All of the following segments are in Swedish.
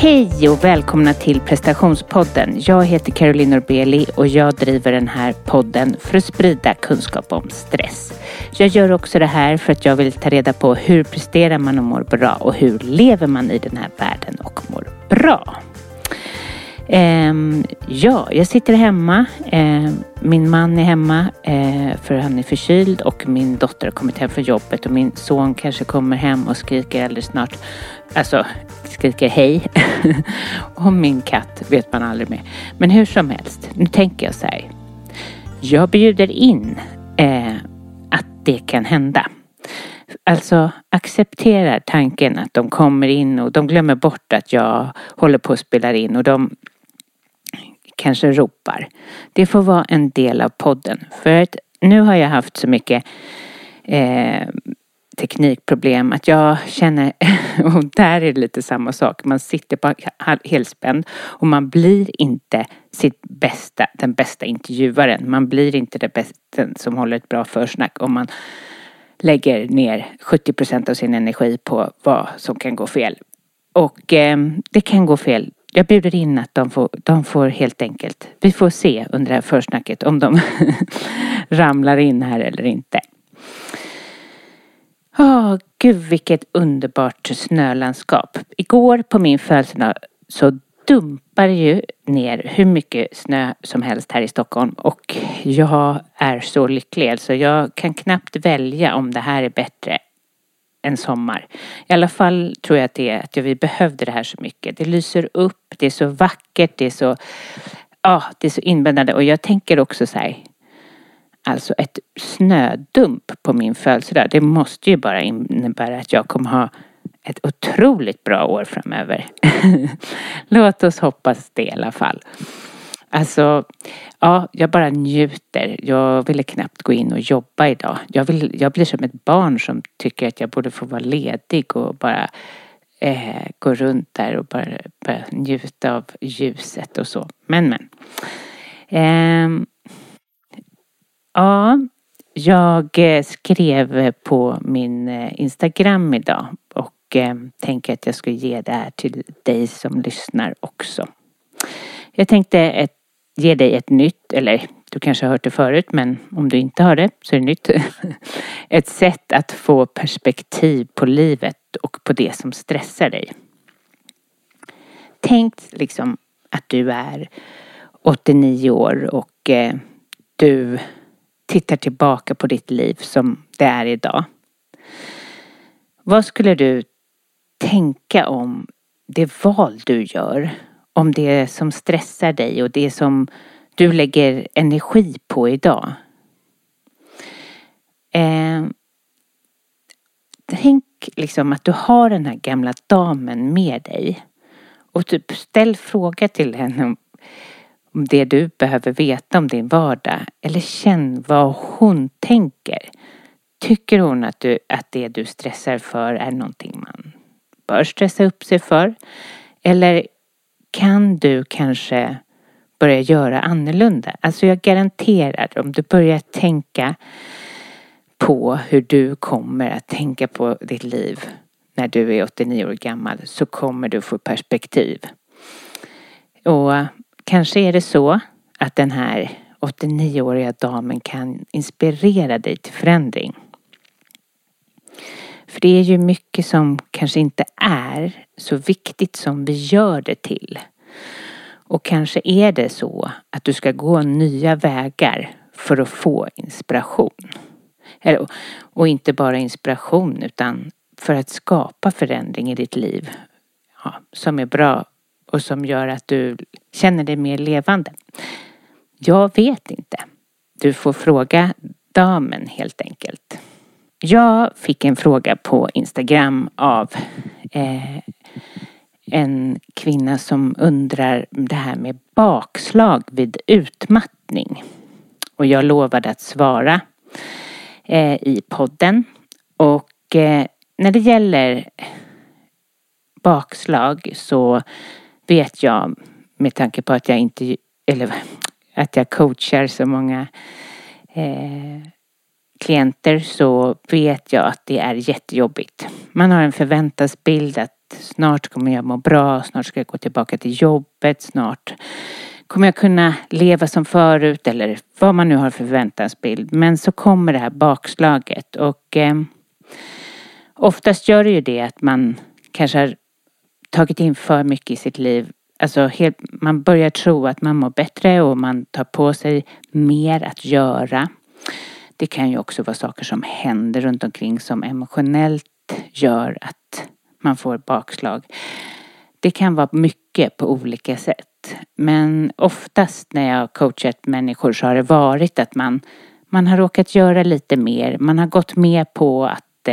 Hej och välkomna till prestationspodden. Jag heter Caroline Norbeli och jag driver den här podden för att sprida kunskap om stress. Jag gör också det här för att jag vill ta reda på hur presterar man och mår bra och hur lever man i den här världen och mår bra. Jag sitter hemma. Min man är hemma för han är förkyld och min dotter har kommit hem från jobbet och min son kanske kommer hem och skriker alldeles snart. Alltså skriker hej. Och min katt vet man aldrig med. Men hur som helst, nu tänker jag så här. Jag bjuder in att det kan hända. Alltså accepterar tanken att de kommer in och de glömmer bort att jag håller på att spela in och de kanske ropar. Det får vara en del av podden. För att nu har jag haft så mycket teknikproblem att jag känner, och där är det lite samma sak. Man sitter på helspänd och man blir inte den bästa intervjuaren. Man blir inte det bästa som håller ett bra försnack om man lägger ner 70% av sin energi på vad som kan gå fel. Och det kan gå fel. Jag bjuder in att de får helt enkelt, vi får se under det här försnacket om de ramlar in här eller inte. Gud vilket underbart snölandskap. Igår på min födelsedag så dumpar ju ner hur mycket snö som helst här i Stockholm och jag är så lycklig. Alltså jag kan knappt välja om det här är bättre än sommar. I alla fall tror jag att vi behövde det här så mycket. Det lyser upp, det är så vackert, det är så inbäddande och jag tänker också så här. Alltså ett snödump på min födelsedag. Det måste ju bara innebära att jag kommer ha ett otroligt bra år framöver. Låt oss hoppas det i alla fall. Alltså, jag bara njuter. Jag ville knappt gå in och jobba idag. Jag blir som ett barn som tycker att jag borde få vara ledig och bara gå runt där och bara njuta av ljuset och så. Men. Jag skrev på min Instagram idag och tänker att jag ska ge det här till dig som lyssnar också. Jag tänkte ge dig ett nytt, eller du kanske har hört det förut, men om du inte har det så är det nytt. Ett sätt att få perspektiv på livet och på det som stressar dig. Tänk liksom att du är 89 år och du tittar tillbaka på ditt liv som det är idag. Vad skulle du tänka om det val du gör? Om det som stressar dig och det som du lägger energi på idag. Tänk liksom att du har den här gamla damen med dig. Och typ ställ fråga till henne om det du behöver veta om din vardag. Eller känn vad hon tänker. Tycker hon att det du stressar för är någonting man bör stressa upp sig för? Eller kan du kanske börja göra annorlunda? Alltså jag garanterar, om du börjar tänka på hur du kommer att tänka på ditt liv när du är 89 år gammal, så kommer du få perspektiv. Och kanske är det så att den här 89-åriga damen kan inspirera dig till förändring. För det är ju mycket som kanske inte är så viktigt som vi gör det till. Och kanske är det så att du ska gå nya vägar för att få inspiration. Och inte bara inspiration utan för att skapa förändring i ditt liv. Som är bra och som gör att du känner dig mer levande. Jag vet inte. Du får fråga damen helt enkelt. Jag fick en fråga på Instagram av en kvinna som undrar det här med bakslag vid utmattning. Och jag lovade att svara i podden. Och när det gäller bakslag så vet jag, med tanke på att att jag coachar så många klienter, så vet jag att det är jättejobbigt. Man har en förväntansbild att snart kommer jag må bra, snart ska jag gå tillbaka till jobbet, snart kommer jag kunna leva som förut eller vad man nu har för förväntansbild. Men så kommer det här bakslaget och oftast gör det ju det att man kanske har tagit in för mycket i sitt liv. Alltså man börjar tro att man mår bättre och man tar på sig mer att göra. Det kan ju också vara saker som händer runt omkring som emotionellt gör att man får bakslag. Det kan vara mycket på olika sätt. Men oftast när jag har coachat människor så har det varit att man har råkat göra lite mer. Man har gått med på att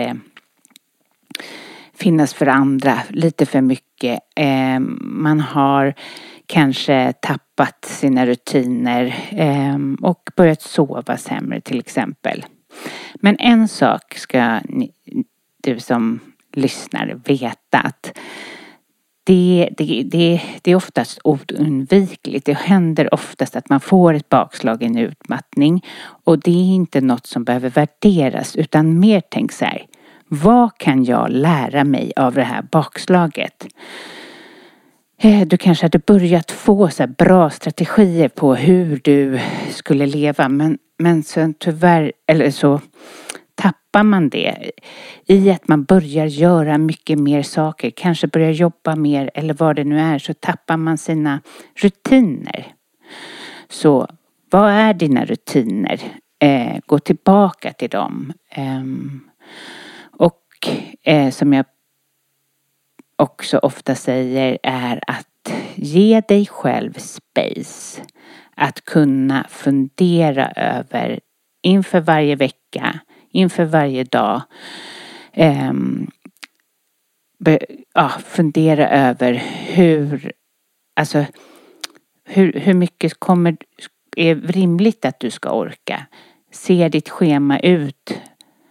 finnas för andra lite för mycket. Man har kanske tappat sina rutiner och börjat sova sämre till exempel. Men en sak ska du som lyssnar veta att det är oftast oundvikligt. Det händer oftast att man får ett bakslag, en utmattning. Och det är inte något som behöver värderas utan mer tänk så här. Vad kan jag lära mig av det här bakslaget? Du kanske hade börjat få så här bra strategier på hur du skulle leva. Men så tyvärr, eller så tappar man det i att man börjar göra mycket mer saker. Kanske börjar jobba mer eller vad det nu är, så tappar man sina rutiner. Så vad är dina rutiner? Gå tillbaka till dem. Och som jag också ofta säger är att ge dig själv space. Att kunna fundera över inför varje vecka, inför varje dag. Fundera över hur mycket är rimligt att du ska orka. Ser ditt schema ut?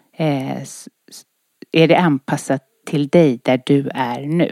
Är det anpassat till dig där du är nu?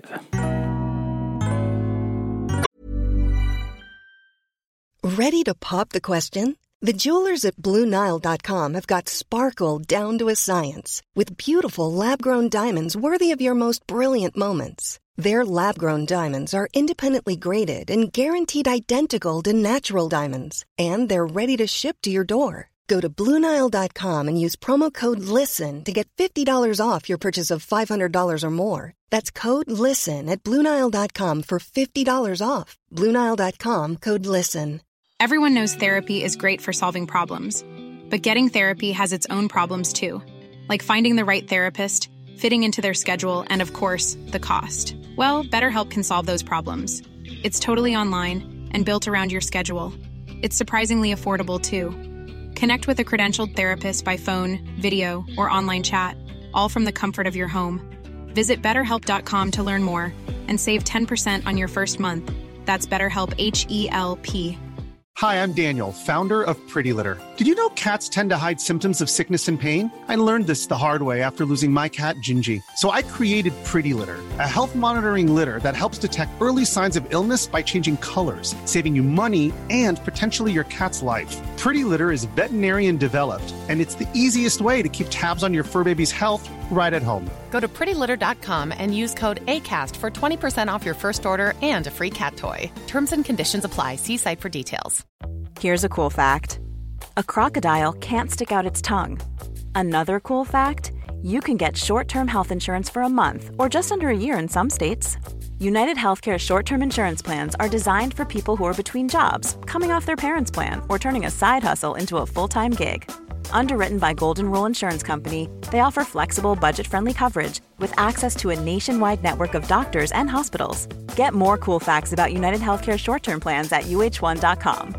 Ready to pop the question? The jewelers at BlueNile.com have got sparkle down to a science with beautiful lab-grown diamonds worthy of your most brilliant moments. Their lab-grown diamonds are independently graded and guaranteed identical to natural diamonds, and they're ready to ship to your door. Go to BlueNile.com and use promo code LISTEN to get $50 off your purchase of $500 or more. That's code LISTEN at BlueNile.com for $50 off. BlueNile.com, code LISTEN. Everyone knows therapy is great for solving problems, but getting therapy has its own problems too, like finding the right therapist, fitting into their schedule, and of course, the cost. Well, BetterHelp can solve those problems. It's totally online and built around your schedule. It's surprisingly affordable too. Connect with a credentialed therapist by phone, video, or online chat, all from the comfort of your home. Visit BetterHelp.com to learn more and save 10% on your first month. That's BetterHelp, H-E-L-P. Hi, I'm Daniel, founder of Pretty Litter. Did you know cats tend to hide symptoms of sickness and pain? I learned this the hard way after losing my cat, Gingy. So I created Pretty Litter, a health monitoring litter that helps detect early signs of illness by changing colors, saving you money and potentially your cat's life. Pretty Litter is veterinarian developed, and it's the easiest way to keep tabs on your fur baby's health right at home. Go to prettylitter.com and use code ACAST for 20% off your first order and a free cat toy. Terms and conditions apply. See site for details. Here's a cool fact. A crocodile can't stick out its tongue. Another cool fact, you can get short-term health insurance for a month or just under a year in some states. United Healthcare short-term insurance plans are designed for people who are between jobs, coming off their parents' plan, or turning a side hustle into a full-time gig. Underwritten by Golden Rule Insurance Company, they offer flexible, budget-friendly coverage with access to a nationwide network of doctors and hospitals. Get more cool facts about United Healthcare short-term plans at uh1.com.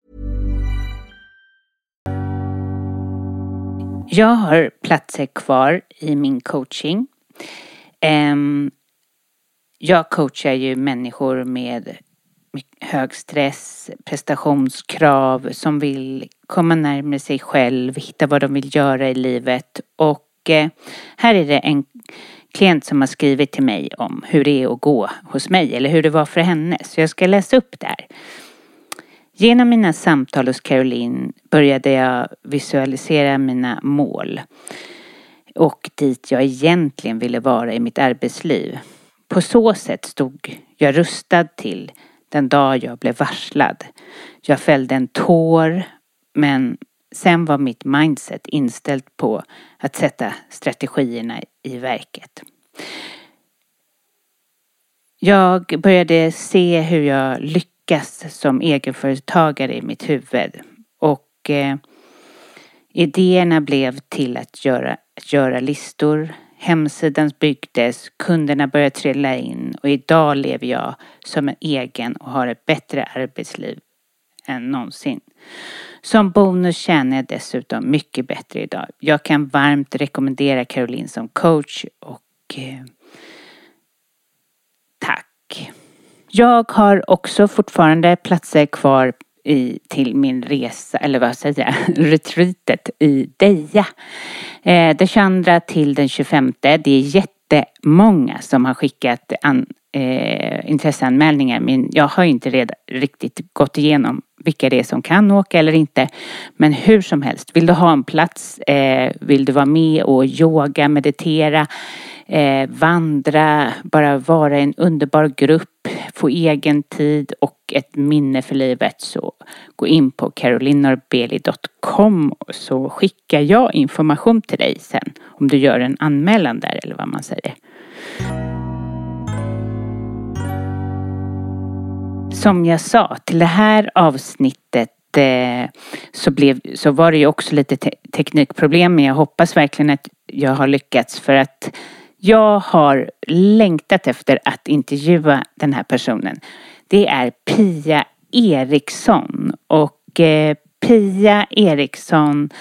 Jag har platser kvar i min coaching. Jag coachar ju människor med hög stress, prestationskrav, som vill komma närmare sig själv, hitta vad de vill göra i livet. Och här är det en klient som har skrivit till mig om hur det är att gå hos mig, eller hur det var för henne. Så jag ska läsa upp det här. Genom mina samtal hos Caroline började jag visualisera mina mål och dit jag egentligen ville vara i mitt arbetsliv. på så sätt stod jag rustad till den dag jag blev varslad. Jag fällde en tår, men sen var mitt mindset inställt på att sätta strategierna i verket. Jag började se hur jag lyckas som egenföretagare i mitt huvud. Och idéerna blev till att göra listor. Hemsidan byggdes, kunderna började trilla in och idag lever jag som en egen och har ett bättre arbetsliv än någonsin. Som bonus tjänar jag dessutom mycket bättre idag. Jag kan varmt rekommendera Caroline som coach och tack. Jag har också fortfarande platser kvar till min resa, eller vad säger jag, retreatet i Deja. Den 22 till den 25. Det är jättemånga som har skickat intresseanmälningar, men jag har inte redan riktigt gått igenom vilka det är som kan åka eller inte. Men hur som helst, vill du ha en plats, vill du vara med och yoga, meditera, vandra, bara vara en underbar grupp, få egen tid och ett minne för livet, så gå in på carolinorbeli.com så skickar jag information till dig sen om du gör en anmälan där eller vad man säger. Som jag sa, till det här avsnittet så var det ju också lite teknikproblem, men jag hoppas verkligen att jag har lyckats, för att jag har längtat efter att intervjua den här personen. Det är Pia Eriksson, och Pia Eriksson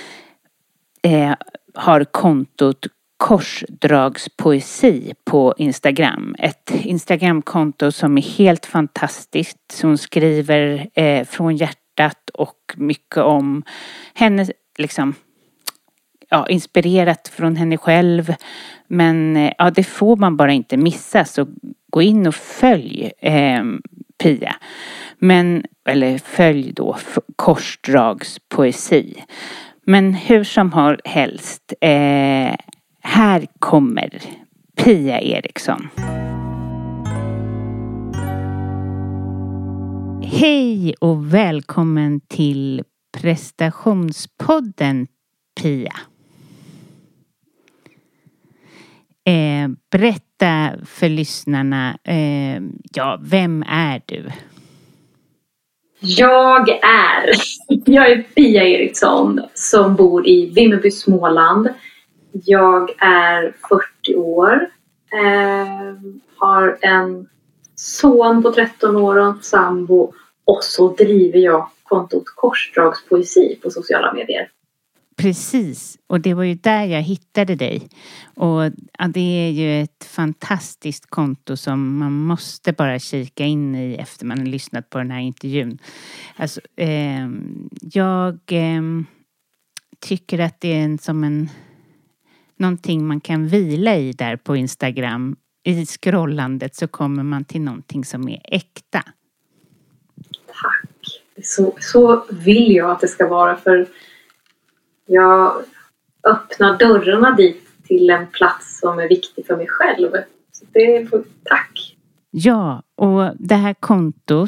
har kontot Korsdragspoesi på Instagram. Ett Instagramkonto som är helt fantastiskt. Hon skriver från hjärtat och mycket om henne, liksom, ja, inspirerat från henne själv. Men ja, det får man bara inte missa, så gå in och följ Pia. Eller följ då Korsdragspoesi. Men hur som helst, här kommer Pia Eriksson. Hej och välkommen till prestationspodden, Pia. Berätta för lyssnarna, vem är du? Jag är Pia Eriksson som bor i Vimmerby, Småland. Jag är 40 år, har en son på 13 år och en sambo, och så driver jag kontot Korsdragspoesi på sociala medier. Precis, och det var ju där jag hittade dig. Och ja, det är ju ett fantastiskt konto som man måste bara kika in i efter man har lyssnat på den här intervjun. Alltså, jag tycker att det är någonting man kan vila i där på Instagram. I scrollandet så kommer man till någonting som är äkta. Tack. Så vill jag att det ska vara, för jag öppnar dörrarna dit till en plats som är viktig för mig själv. Så det är tack. Ja, och det här kontot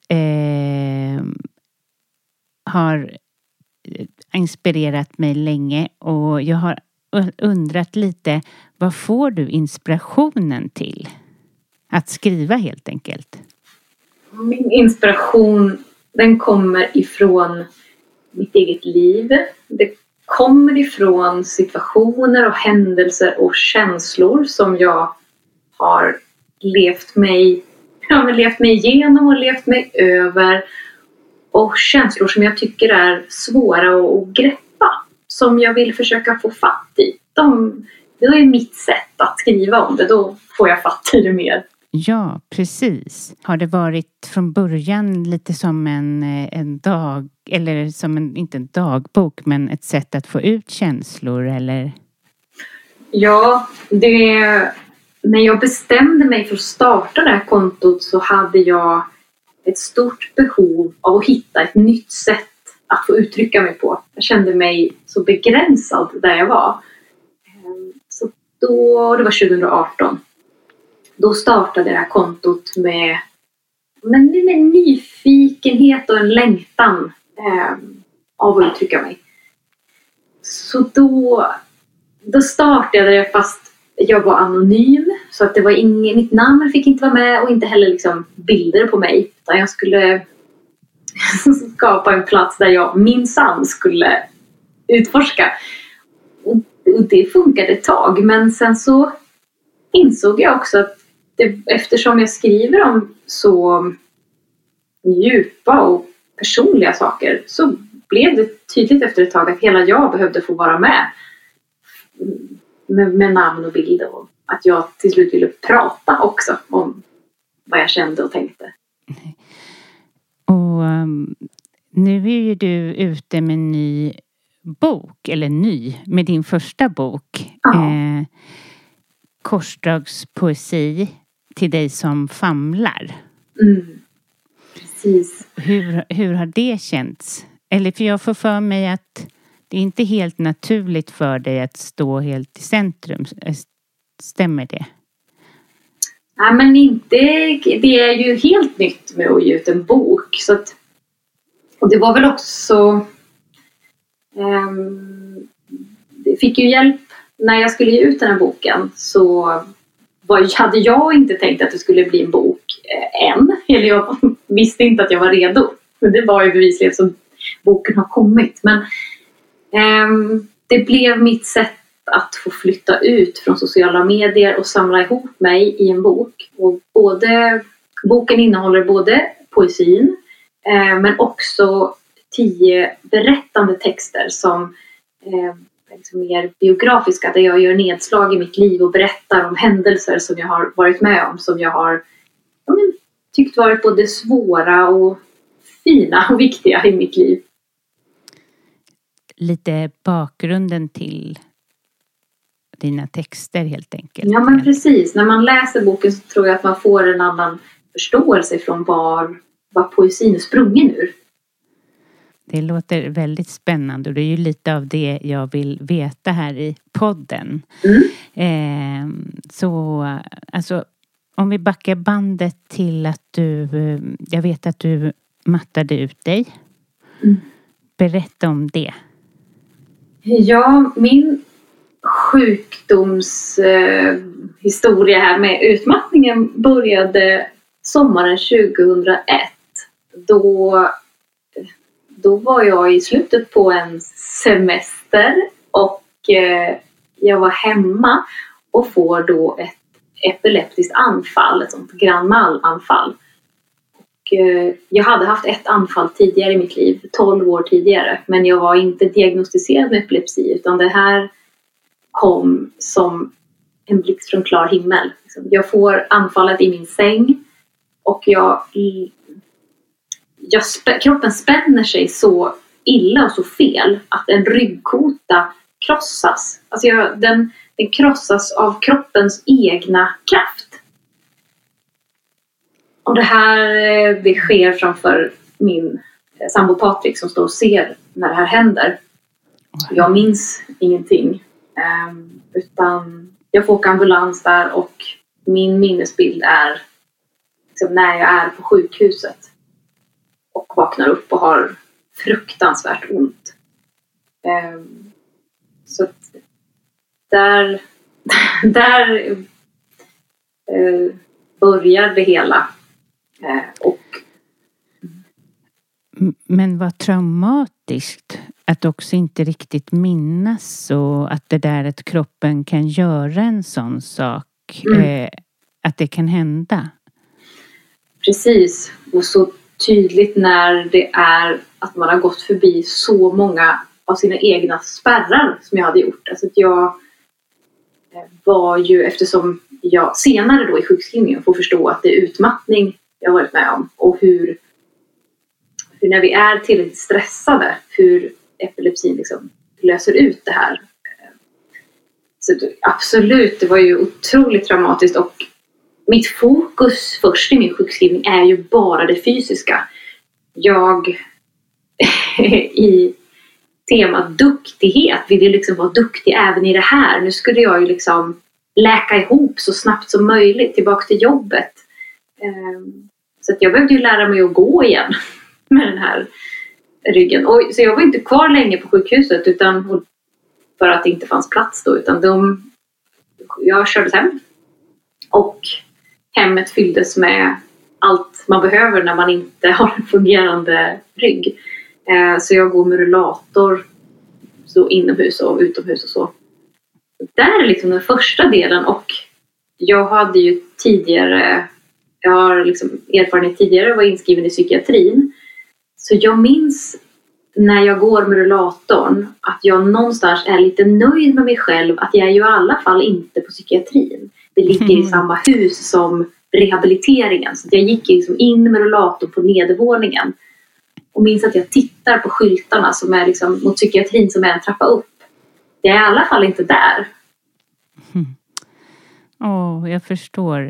har inspirerat mig länge, och jag har undrat lite, vad får du inspirationen till att skriva helt enkelt? Min inspiration, den kommer ifrån mitt eget liv. Det kommer ifrån situationer och händelser och känslor som jag har levt mig igenom och levt mig över. Och känslor som jag tycker är svåra att greppa. Som jag vill försöka få fatt i. Det är mitt sätt att skriva om det. Då får jag fatt i det mer. Ja, precis. Har det varit från början lite som en dag, eller som inte en dagbok, men ett sätt att få ut känslor, eller? Ja, när jag bestämde mig för att starta det här kontot så hade jag ett stort behov av att hitta ett nytt sätt att få uttrycka mig på. Jag kände mig så begränsad där jag var. Så det var 2018. då startade det här kontot med nyfikenhet och en längtan av att uttrycka mig. Så då startade det fast jag var anonym. Så att det var mitt namn fick inte vara med och inte heller liksom bilder på mig. Utan jag skulle skapa en plats där jag minsann skulle utforska. Och det funkade ett tag. Men sen så insåg jag också att eftersom jag skriver om så djupa och personliga saker så blev det tydligt efter ett tag att hela jag behövde få vara med namn och bild och att jag till slut ville prata också om vad jag kände och tänkte. Och nu är ju du ute med en ny bok, eller med din första bok. Korsdragspoesi till dig som famlar. Precis. Hur har det känts? Eller för jag får för mig att det är inte helt naturligt för dig att stå helt i centrum. Stämmer det? Nej, men inte. Det är ju helt nytt med att ge ut en bok. Så att, och det var väl också... Jag fick ju hjälp när jag skulle ge ut den här boken. Så hade jag inte tänkt att det skulle bli en bok än. Eller jag visste inte att jag var redo. Men det var ju bevisligen som boken har kommit. Men det blev mitt sätt att få flytta ut från sociala medier och samla ihop mig i en bok. Och boken innehåller både poesin men också 10 berättande texter som liksom mer biografiska, där jag gör nedslag i mitt liv och berättar om händelser som jag har varit med om, som jag har tyckt varit både svåra och fina och viktiga i mitt liv. Lite bakgrunden till dina texter helt enkelt. Ja, men precis. När man läser boken så tror jag att man får en annan förståelse från var poesin är sprungen ur. Det låter väldigt spännande och det är ju lite av det jag vill veta här i podden. Så alltså, om vi backar bandet till att jag vet att du mattade ut dig. Berätta om det. Ja, min sjukdomshistoria här med utmattningen började sommaren 2001. Då var jag i slutet på en semester och jag var hemma och får då ett epileptiskt anfall, ett sånt grand mal-anfall. Jag hade haft ett anfall tidigare i mitt liv, 12 år tidigare. Men jag var inte diagnostiserad med epilepsi, utan det här kom som en blixt från klar himmel. Jag får anfallet i min säng och kroppen spänner sig så illa och så fel att en ryggkota krossas. Alltså den krossas av kroppens egna kraft. Och det sker framför min sambo Patrik som står och ser när det här händer. Jag minns ingenting. Utan jag får åka ambulans där och min minnesbild är liksom när jag är på sjukhuset. Och vaknar upp och har fruktansvärt ont. Så att där börjar det hela. Men vad traumatiskt att också inte riktigt minnas och att det där att kroppen kan göra en sån sak, att det kan hända. Precis, och så tydligt när det är att man har gått förbi så många av sina egna spärrar som jag hade gjort. Alltså att jag var ju, eftersom jag senare då i sjukskrivningen får förstå att det är utmattning jag varit med om och hur när vi är tillräckligt stressade, hur epilepsin liksom löser ut det här. Så absolut, det var ju otroligt traumatiskt och mitt fokus först i min sjukskrivning är ju bara det fysiska. Jag i temat duktighet vill ju liksom vara duktig även i det här. Nu skulle jag ju liksom läka ihop så snabbt som möjligt tillbaka till jobbet. Så att jag behövde ju lära mig att gå igen med den här ryggen. Så jag var inte kvar länge på sjukhuset utan för att det inte fanns plats då, utan jag kördes hem. Och hemmet fylldes med allt man behöver när man inte har en fungerande rygg. Så jag går med rullator så inomhus och utomhus och så. Det är liksom den första delen, och jag hade ju tidigare, jag har liksom erfarenhet tidigare, var inskriven i psykiatrin. Så jag minns när jag går med rullatorn att jag någonstans är lite nöjd med mig själv, att jag är ju i alla fall inte på psykiatrin. Det ligger i samma hus som rehabiliteringen. Så jag gick liksom in med rullatorn på nedervåningen. Och minns att jag tittar på skyltarna som är liksom mot psykiatrin som är en trappa upp. Jag är i alla fall inte där. Jag förstår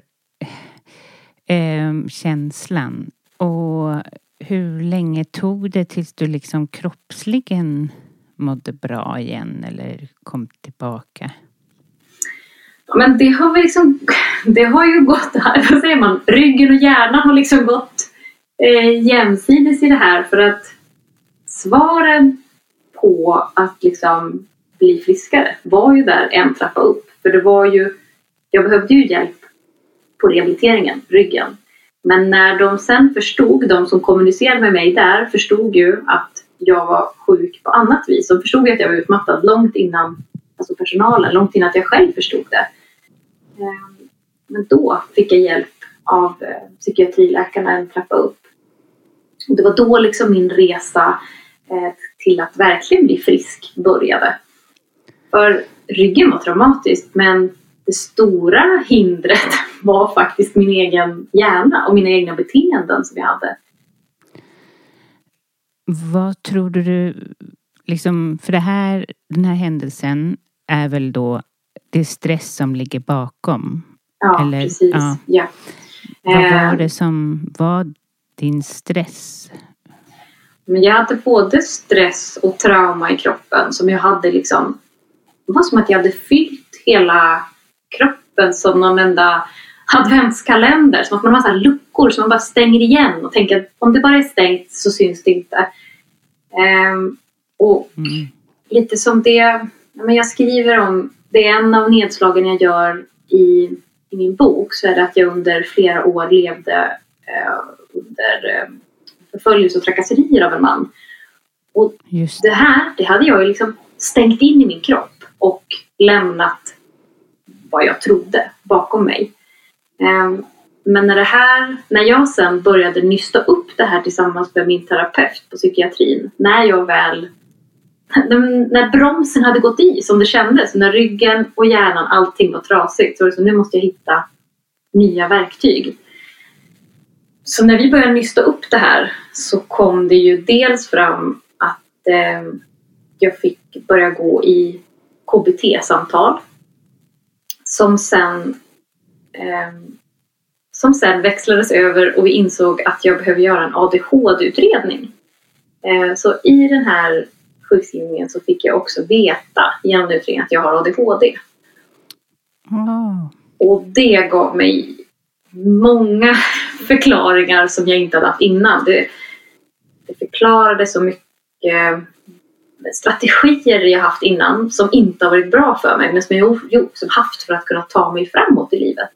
känslan. Och hur länge tog det tills du liksom kroppsligen mådde bra igen eller kom tillbaka? Men det har ju gått här, vad säger man, ryggen och hjärnan har liksom gått jämsides i det här, för att svaren på att liksom bli friskare var ju där en trappa upp. För det var ju, jag behövde ju hjälp på rehabiliteringen, ryggen. Men när de sen förstod, de som kommunicerade med mig där, förstod ju att jag var sjuk på annat vis. De förstod att jag var utmattad långt innan, alltså personalen, långt innan att jag själv förstod det. Men då fick jag hjälp av psykiatriläkarna en trappa upp. Och det var då liksom min resa till att verkligen bli frisk började. För ryggen var traumatiskt, men det stora hindret var faktiskt min egen hjärna och mina egna beteenden som jag hade. Vad tror du, liksom, för den här händelsen är väl då det stress som ligger bakom? Ja, eller, precis. Ja. Vad var det som var din stress? Men jag hade både stress och trauma i kroppen som jag hade liksom, det var som att jag hade fyllt hela kroppen som någon enda adventskalender, som att man har massa luckor som man bara stänger igen och tänker att om det bara är stängt så syns det inte. Och lite som det, men jag skriver om, det är en av nedslagen jag gör i min bok, så är det att jag under flera år levde under förföljelse och trakasserier av en man. Och det hade jag ju liksom stängt in i min kropp och lämnat vad jag trodde bakom mig. Men när jag sen började nysta upp det här tillsammans med min terapeut på psykiatrin, när bromsen hade gått i som det kändes, när ryggen och hjärnan, allting var trasigt, så var det så, nu måste jag hitta nya verktyg. Så när vi började nysta upp det här så kom det ju dels fram att jag fick börja gå i KBT-samtal som sen växlades över och vi insåg att jag behöver göra en ADHD-utredning. Så i den här sjukskrivningen så fick jag också veta genom utredningen att jag har ADHD. Och det gav mig många förklaringar som jag inte hade haft innan. Det förklarade så mycket strategier jag haft innan som inte har varit bra för mig, men som jag också haft för att kunna ta mig framåt i livet.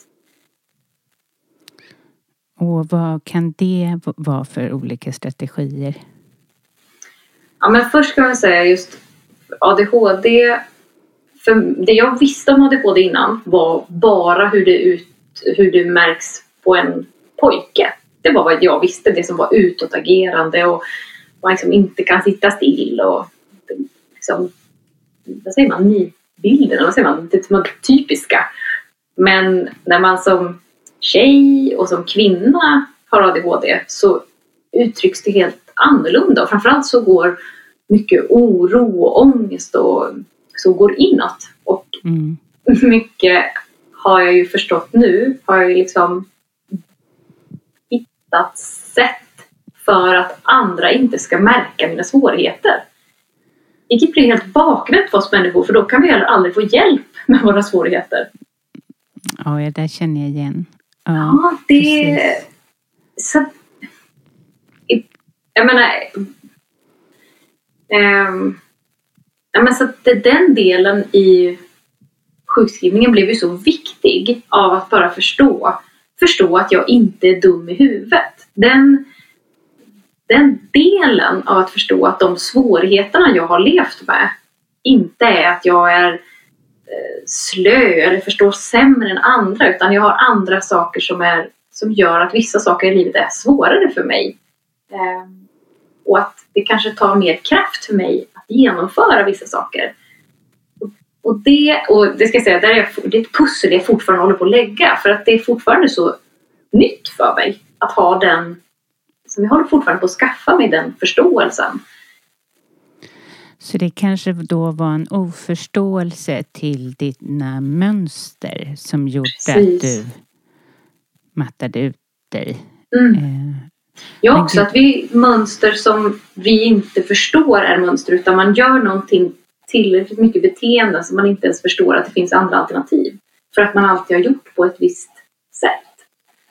Och vad kan det vara för olika strategier? Ja, men först kan jag säga just ADHD. För det jag visste om ADHD innan var bara hur det märks på en pojke. Det var vad jag visste, det som var utåtagerande och man liksom inte kan sitta still och liksom, vad säger man, nidbilden, vad säger man, det som är typiska. Men när man som tjej och som kvinna har ADHD så uttrycks det helt annorlunda, och framförallt så går mycket oro och ångest och så går inåt, och mycket har jag ju förstått nu, har jag ju liksom hittat sätt för att andra inte ska märka mina svårigheter. Vilket blir helt bakvänt för oss människor, för då kan vi heller aldrig få hjälp med våra svårigheter. Ja, det känner jag igen. Ja, det... Precis. Så... Jag menar... så att den delen i sjukskrivningen blev ju så viktig av att bara förstå att jag inte är dum i huvudet. Den delen av att förstå att de svårigheterna jag har levt med inte är att jag är slö eller förstår sämre än andra, utan jag har andra saker som gör att vissa saker i livet är svårare för mig. Och att det kanske tar mer kraft för mig att genomföra vissa saker. Och det ska jag säga, det är ett pussel jag fortfarande håller på att lägga. För att det är fortfarande så nytt för mig att ha den, som jag håller fortfarande på att skaffa mig den förståelsen. Så det kanske då var en oförståelse till dina mönster som gjorde att du mattade ut dig. Ja, också att mönster som vi inte förstår är mönster, utan man gör någonting tillräckligt mycket beteende som man inte ens förstår att det finns andra alternativ. För att man alltid har gjort på ett visst sätt.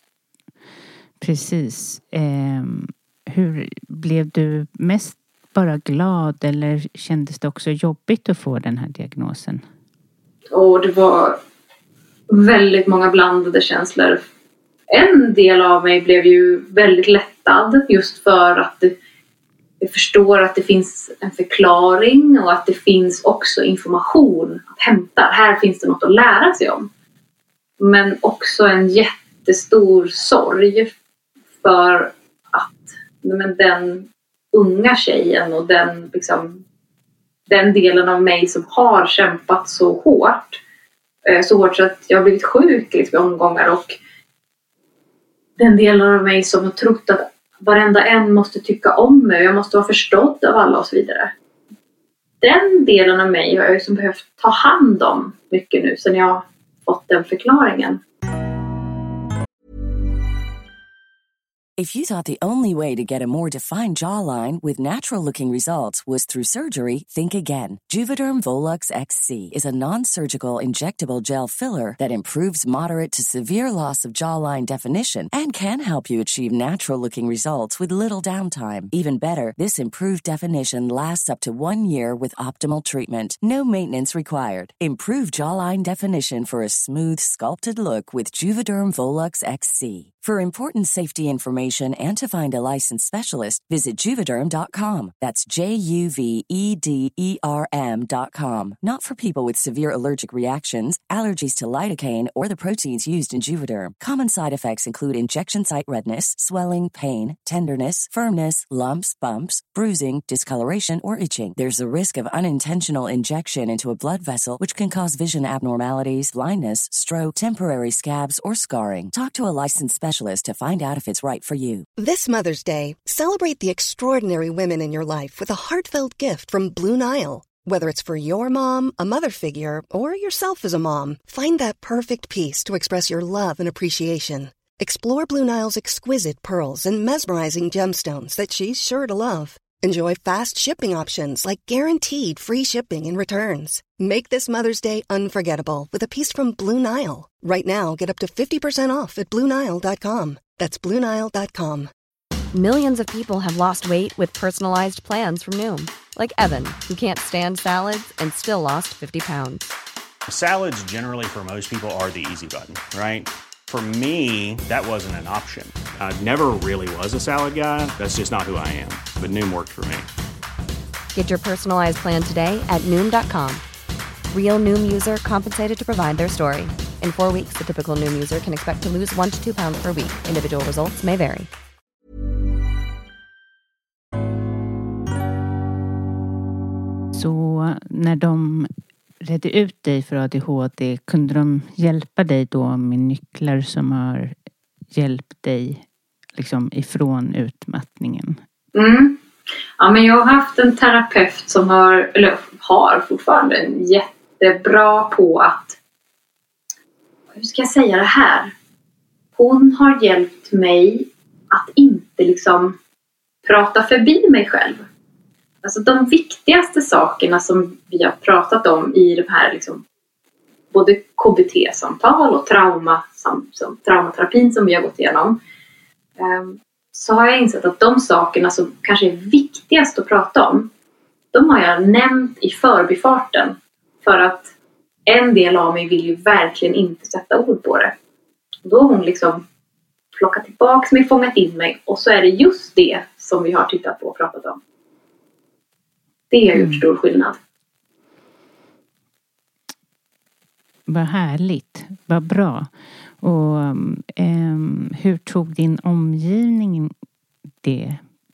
Precis. Hur blev du mest bara glad, eller kändes det också jobbigt att få den här diagnosen? Och det var väldigt många blandade känslor. En del av mig blev ju väldigt lättad just för att jag förstår att det finns en förklaring och att det finns också information att hämta. Här finns det något att lära sig om. Men också en jättestor sorg för att den unga tjejen och den delen av mig som har kämpat så hårt så att jag har blivit sjuk i omgångar, och den delen av mig som har trott att varenda en måste tycka om mig, jag måste vara förstådd av alla och så vidare. Den delen av mig har jag som behövt ta hand om mycket nu sen jag fått den förklaringen. If you thought the only way to get a more defined jawline with natural-looking results was through surgery, think again. Juvederm Volux XC is a non-surgical injectable gel filler that improves moderate to severe loss of jawline definition and can help you achieve natural-looking results with little downtime. Even better, this improved definition lasts up to 1 year with optimal treatment. No maintenance required. Improve jawline definition for a smooth, sculpted look with Juvederm Volux XC. For important safety information and to find a licensed specialist, visit Juvederm.com. That's JUVEDERM.com. Not for people with severe allergic reactions, allergies to lidocaine, or the proteins used in Juvederm. Common side effects include injection site redness, swelling, pain, tenderness, firmness, lumps, bumps, bruising, discoloration, or itching. There's a risk of unintentional injection into a blood vessel, which can cause vision abnormalities, blindness, stroke, temporary scabs, or scarring. Talk to a licensed specialist to find out if it's right for you. This Mother's Day, celebrate the extraordinary women in your life with a heartfelt gift from Blue Nile. Whether it's for your mom, a mother figure, or yourself as a mom, find that perfect piece to express your love and appreciation. Explore Blue Nile's exquisite pearls and mesmerizing gemstones that she's sure to love. Enjoy fast shipping options like guaranteed free shipping and returns. Make this Mother's Day unforgettable with a piece from Blue Nile. Right now, get up to 50% off at BlueNile.com. That's BlueNile.com. Millions of people have lost weight with personalized plans from Noom. Like Evan, who can't stand salads and still lost 50 pounds. Salads generally for most people are the easy button, right? For me, that wasn't an option. I never really was a salad guy. That's just not who I am. But Noom worked for me. Get your personalized plan today at Noom.com. Real Noom user compensated to provide their story. In 4 weeks, the typical Noom user can expect to lose 1 to 2 pounds per week. Individual results may vary. Så när de redde ut dig för ADHD, kunde de hjälpa dig då med nycklar som har hjälpt dig ifrån utmattningen? Ja, men jag har haft en terapeut som har fortfarande en jättebra på att, hur ska jag säga det här? Hon har hjälpt mig att inte prata förbi mig själv. Alltså de viktigaste sakerna som vi har pratat om i de här både KBT-samtal och traumaterapin som vi har gått igenom, så har jag insett att de sakerna som kanske är viktigast att prata om, de har jag nämnt i förbifarten. För att en del av mig vill ju verkligen inte sätta ord på det. Då har hon liksom plockat tillbaka mig, fångat in mig, och så är det just det som vi har tittat på och pratat om. Det har gjort stor skillnad. Vad härligt, vad bra. Och hur tog din omgivning det?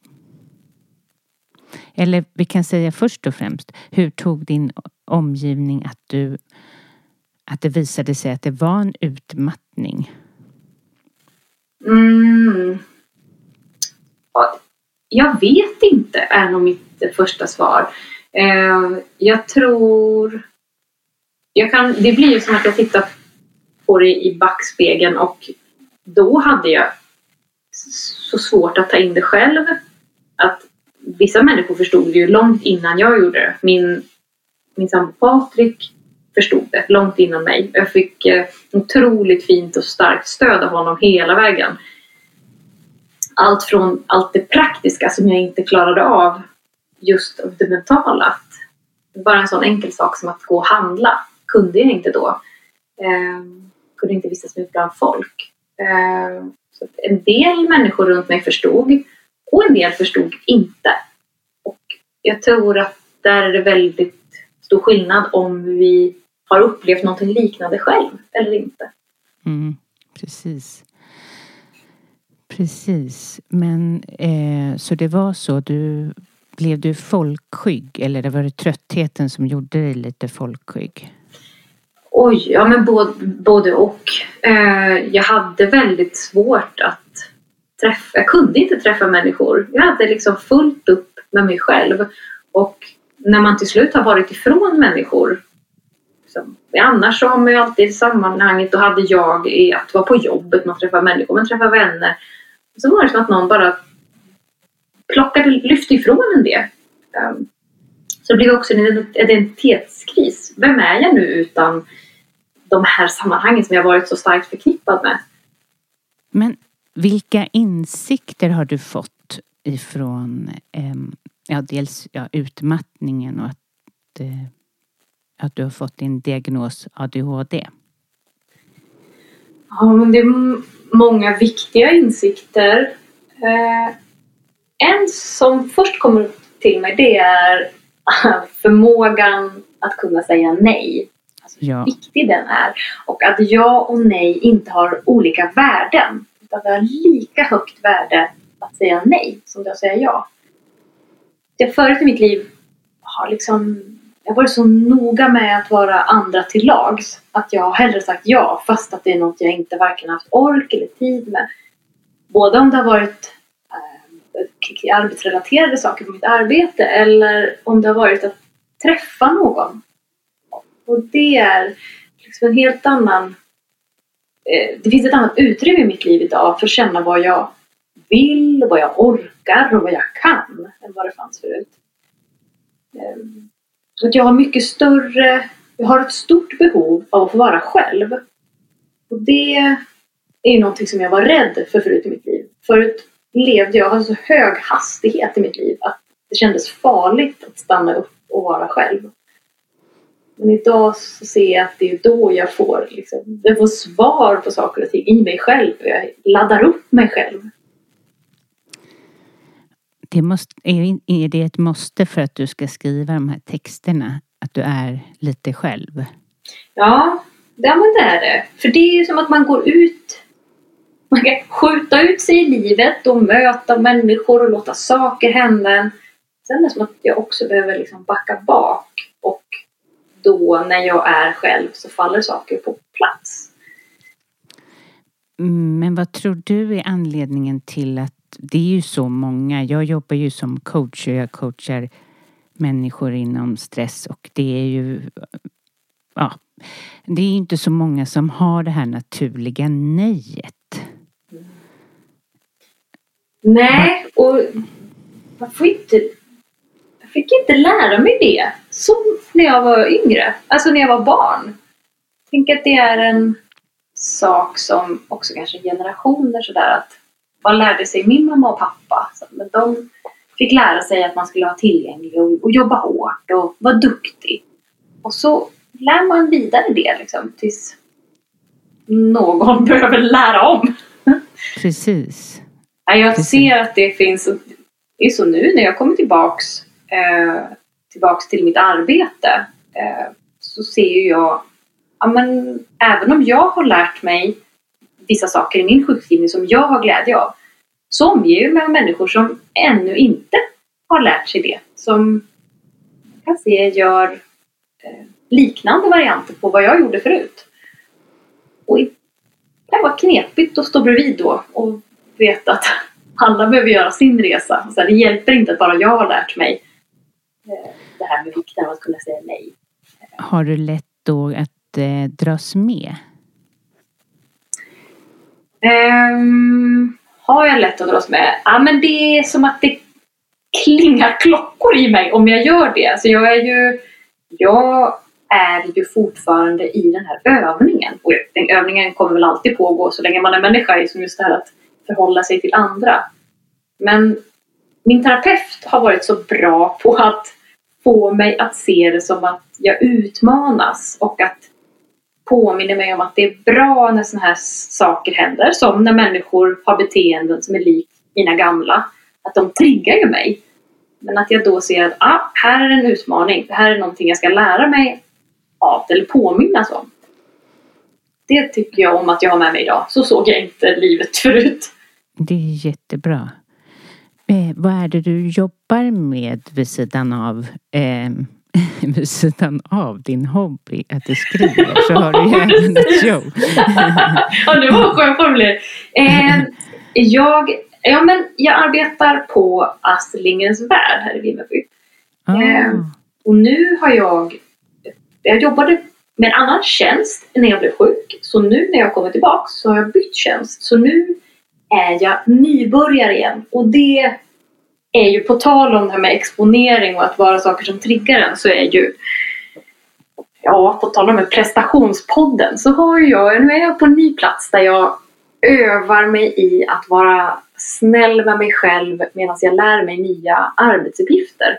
Eller vi kan säga först och främst, hur tog din omgivning att det visade sig att det var en utmattning? Jag vet inte, är nog mitt första svar. Jag tror... det blir ju som att jag tittar på det i backspegeln, och då hade jag så svårt att ta in det själv. Att vissa människor förstod det ju långt innan jag gjorde det. Min sambo Patrik förstod det långt innan mig. Jag fick otroligt fint och starkt stöd av honom hela vägen. Allt från allt det praktiska som jag inte klarade av, just av det mentala. Bara en sån enkel sak som att gå och handla kunde jag inte då. Kunde inte vistas med bland folk. Så en del människor runt mig förstod, och en del förstod inte. Och jag tror att där är det väldigt stor skillnad om vi har upplevt någonting liknande själv eller inte. Precis. Men så det var så, blev du folkskygg, eller det var det tröttheten som gjorde dig lite folkskygg? Oj, ja, men både och. Jag hade väldigt svårt att träffa. Jag kunde inte träffa människor. Jag hade liksom fullt upp med mig själv. Och när man till slut har varit ifrån människor, liksom, annars så har man ju alltid i sammanhanget, då hade jag i att vara på jobbet, man träffar människor, man träffar vänner. Så var det som att någon bara lyfte ifrån en det. Så det blev också en identitetskris. Vem är jag nu utan de här sammanhangen som jag varit så starkt förknippad med? Men vilka insikter har du fått ifrån dels utmattningen och att du har fått din diagnos ADHD? Ja, men det är många viktiga insikter. En som först kommer till mig, det är förmågan att kunna säga nej. Alltså hur viktig den är. Och att ja och nej inte har olika värden. Utan det har lika högt värde att säga nej som det att säga ja. Jag förut i mitt liv har jag varit så noga med att vara andra till lags. Att jag har hellre sagt ja, fast att det är något jag inte varken haft ork eller tid med. Både om det har varit arbetsrelaterade saker på mitt arbete, eller om det har varit att träffa någon. Och det är liksom en helt annan... Det finns ett annat utrymme i mitt liv idag för att känna vad jag vill, vad jag orkar och vad jag kan än vad det fanns förut. Så att jag har ett stort behov av att få vara själv. Och det är ju någonting som jag var rädd för förut i mitt liv. Förut levde jag så hög hastighet i mitt liv att det kändes farligt att stanna upp och vara själv. Men idag så ser jag att det är då jag får svar på saker och ting i mig själv. Jag laddar upp mig själv. Är det ett måste för att du ska skriva de här texterna? Att du är lite själv? Ja, det är det. För det är ju som att man går ut. Man kan skjuta ut sig i livet och möta människor och låta saker hända. Sen är det som att jag också behöver backa bak. Och då när jag är själv så faller saker på plats. Men vad tror du är anledningen till att det är ju så många, jag jobbar ju som coach och jag coachar människor inom stress, och det är ju det är inte så många som har det här naturliga nejet. Nej, och jag fick inte lära mig det som när jag var yngre, alltså när jag var barn. tänker att det är en sak som också kanske generationer sådär, att vad lärde sig min mamma och pappa? Men de fick lära sig att man skulle vara tillgänglig och jobba hårt och vara duktig. Och så lär man vidare det liksom, tills någon behöver lära om. Precis. Jag ser att det finns, det är så nu när jag kommer tillbaks till mitt arbete, så ser ju jag, ja, men även om jag har lärt mig vissa saker i min sjukskrivning som jag har glädje av, så omger jag mig av människor som ännu inte har lärt sig det, som jag kan se gör liknande varianter på vad jag gjorde förut. Och det var knepigt att stå bredvid då och veta att alla behöver göra sin resa. Så det hjälper inte att bara jag har lärt mig det här med vikten av att kunna säga nej. Har du lätt då att dras med? Har jag lätt att dras med? Ja, men det är som att det klingar klockor i mig om jag gör det. Så jag är ju fortfarande i den här övningen. Och den övningen kommer väl alltid pågå så länge man är människa, som just det här att förhålla sig till andra. Men min terapeut har varit så bra på att få mig att se det som att jag utmanas och att påminna mig om att det är bra när såna här saker händer, som när människor har beteenden som är lik mina gamla, att de triggar ju mig. Men att jag då ser att här är en utmaning, det här är någonting jag ska lära mig av eller påminnas om. Det tycker jag om att jag har med mig idag. Så såg jag inte livet förut. Det är jättebra. Vad är det du jobbar med vid sidan av din hobby att du skriver, så har du ju även ett jobb. Ja, det var en skön formulering. Jag arbetar på Astrid Värld här i Vimmerby. Och nu har jag jobbade med en annan tjänst när jag blev sjuk. Så nu när jag kommer tillbaka så har jag bytt tjänst. Så nu är jag nybörjare igen. Och det är ju, på tal om det här med exponering och att vara saker som triggar en, så är ju, på tal om med prestationspodden, så nu är jag på en ny plats där jag övar mig i att vara snäll med mig själv medan jag lär mig nya arbetsuppgifter.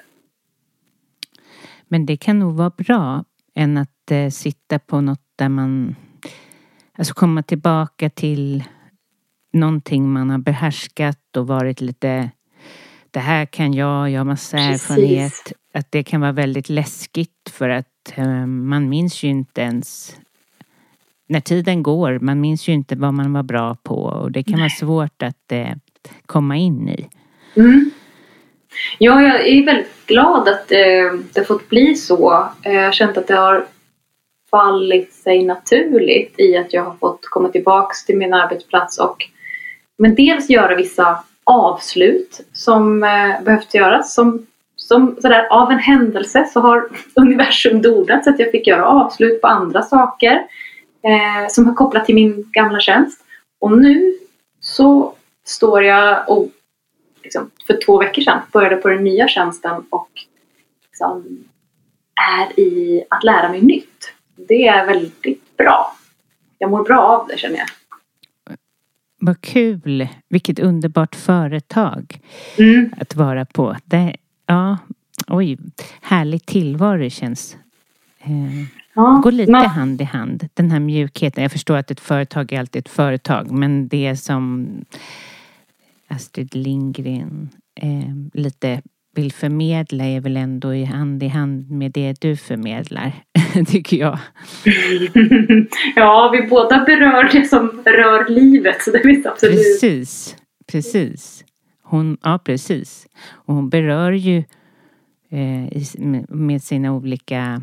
Men det kan nog vara bra än att sitta på något där man, alltså komma tillbaka till någonting man har behärskat och varit lite, det här kan jag har massa erfarenhet. Att det kan vara väldigt läskigt, för att man minns ju inte ens, när tiden går, man minns ju inte vad man var bra på, och det kan vara svårt att komma in i. Mm. Ja, jag är väldigt glad att det fått bli så. Jag har känt att det har fallit sig naturligt i att jag har fått komma tillbaka till min arbetsplats men dels göra vissa avslut som behövt göras, som sådär av en händelse så har universum donat så att jag fick göra avslut på andra saker som har kopplat till min gamla tjänst. Och nu så står jag och liksom, för 2 veckor sedan började på den nya tjänsten och liksom, är i att lära mig nytt. Det är väldigt bra. Jag mår bra av det, känner jag. Vad kul. Vilket underbart företag att vara på. Det, härligt tillvaro känns. Går lite hand i hand. Den här mjukheten. Jag förstår att ett företag är alltid ett företag. Men det som Astrid Lindgren lite vill förmedla är väl ändå i hand med det du förmedlar, tycker jag. Ja, vi båda berör det som rör livet, så det finns absolut. Precis. Precis. Och hon berör ju med sina olika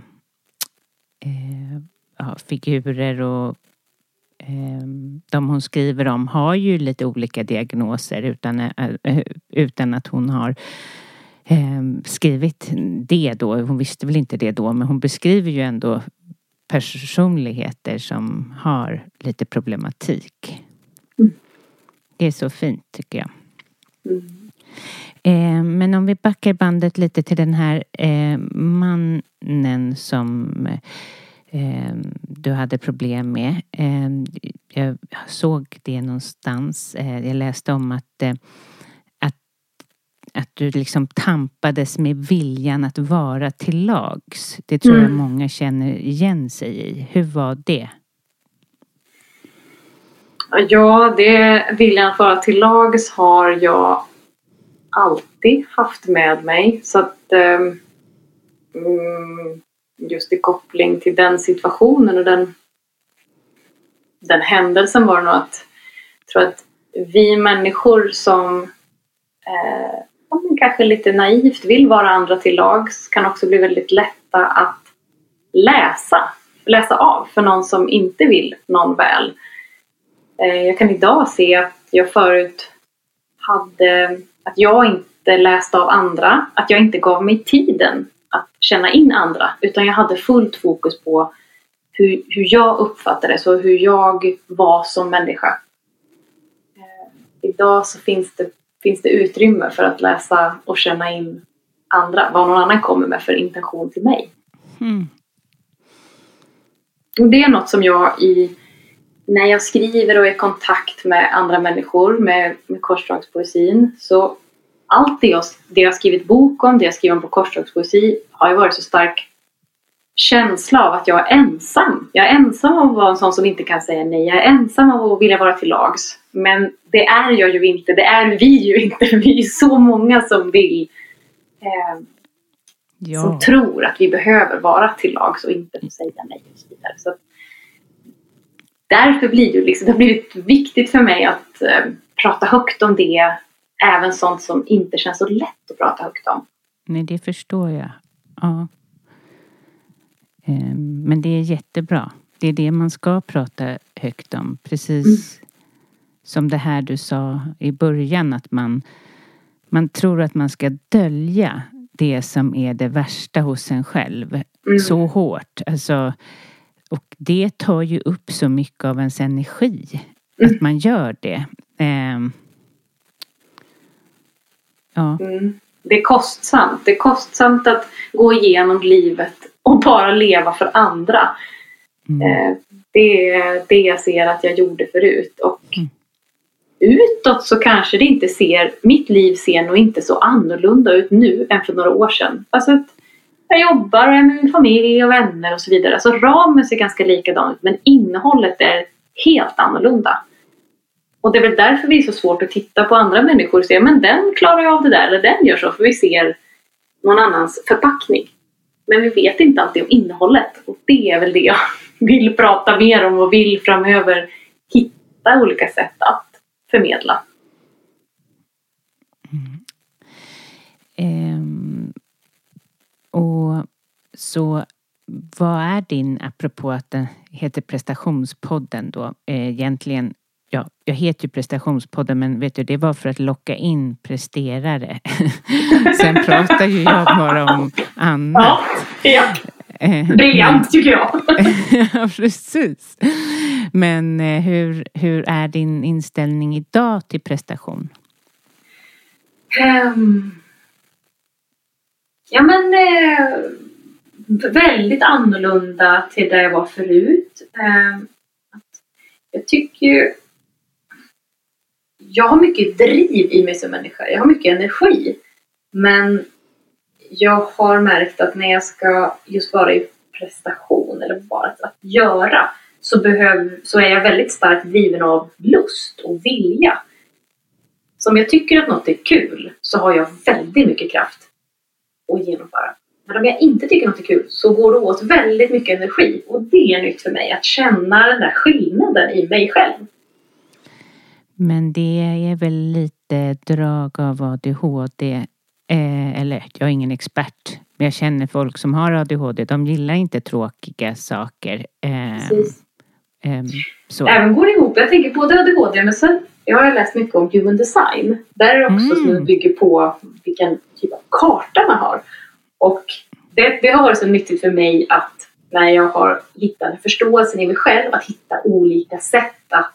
figurer, och de hon skriver om har ju lite olika diagnoser utan att hon har skrivit det då. Hon visste väl inte det då, men hon beskriver ju ändå personligheter som har lite problematik. Det är så fint, tycker jag. Men om vi backar bandet lite till den här mannen som du hade problem med. Jag såg det någonstans. Jag läste om att du liksom tampades med viljan att vara till lags. Det tror jag många känner igen sig i. Hur var det? Ja, viljan att vara till lags har jag alltid haft med mig. Så att just i koppling till den situationen och den händelsen var nog att jag tror att vi människor som kanske lite naivt vill vara andra till lags kan också bli väldigt lätta att läsa av för någon som inte vill någon väl. Jag kan idag se att jag förut att jag inte läste av andra, att jag inte gav mig tiden att känna in andra, utan jag hade fullt fokus på hur jag uppfattade det, så hur jag var som människa. Idag så finns det utrymme för att läsa och känna in andra, vad någon annan kommer med för intention till mig. Och det är något som jag när jag skriver och är i kontakt med andra människor med korsdragspoesin, så allt det jag skrivit bok om, det jag skriver om på korsdragspoesi har ju varit så stark känsla av att jag är ensam. Jag är ensam av att vara en sån som inte kan säga nej. Jag är ensam av att vilja vara till lags. Men det är jag ju inte. Det är vi ju inte. Vi är så många som vill. Som tror att vi behöver vara till lags och inte få säga nej och så vidare. Så därför blir det har blivit viktigt för mig att prata högt om det. Även sånt som inte känns så lätt att prata högt om. Nej, det förstår jag. Ja. Men det är jättebra. Det är det man ska prata högt om. Precis som det här du sa i början. Att man tror att man ska dölja det som är det värsta hos en själv. Så hårt. Alltså, och det tar ju upp så mycket av ens energi. Att man gör det. Ja. Det är kostsamt. Det är kostsamt att gå igenom livet och bara leva för andra. Det är det jag ser att jag gjorde förut. Och utåt så kanske det inte mitt liv ser nog inte så annorlunda ut nu än för några år sedan. Alltså att jag jobbar och är med min familj och vänner och så vidare. Alltså ramen ser ganska likadan ut, men innehållet är helt annorlunda. Och det är väl därför det är så svårt att titta på andra människor och säga, men den klarar jag av det där, eller den gör så, för vi ser någon annans förpackning. Men vi vet inte alltid om innehållet, och det är väl det jag vill prata mer om och vill framöver hitta olika sätt att förmedla. Och så vad är din, apropå att den heter Prestationspodden då, egentligen. Ja, jag heter ju Prestationspodden, men vet du, det var för att locka in presterare. Sen pratar ju jag bara om annat. Ja. Briljant tycker jag. Ja, precis. Men hur är din inställning idag till prestation? Väldigt annorlunda till där jag var förut. Jag tycker ju jag har mycket driv i mig som människa. Jag har mycket energi. Men jag har märkt att när jag ska just vara i prestation eller bara att göra, så är jag väldigt starkt driven av lust och vilja. Så om jag tycker att något är kul så har jag väldigt mycket kraft att genomföra. Men om jag inte tycker något är kul så går det åt väldigt mycket energi. Och det är nytt för mig att känna den där skillnaden i mig själv. Men det är väl lite drag av ADHD. Eller jag är ingen expert. Men jag känner folk som har ADHD. De gillar inte tråkiga saker. Precis. Så. Även går det ihop. Jag tänker både ADHD, men sen jag har läst mycket om human design. Där är det också som bygger på vilken typ av karta man har. Och det har varit så nyttigt för mig att när jag har hittat förståelsen i mig själv, att hitta olika sätt att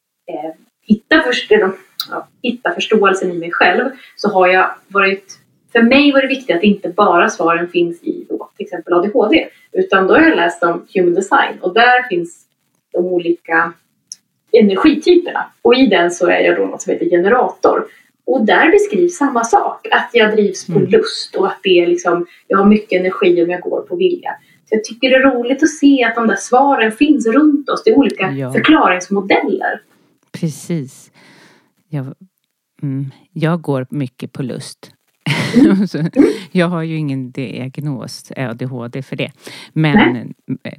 hitta förståelsen i mig själv, så har jag varit för mig var det viktigt att inte bara svaren finns i då, till exempel ADHD. Utan då har jag läst om human design. Och där finns de olika energityperna. Och i den så är jag då något som heter generator. Och där beskrivs samma sak. Att jag drivs på lust och att det är liksom, jag har mycket energi om jag går på vilja. Så jag tycker det är roligt att se att de där svaren finns runt oss. Det är olika förklaringsmodeller. Precis. Jag går mycket på lust. Jag har ju ingen diagnos ADHD för det. Men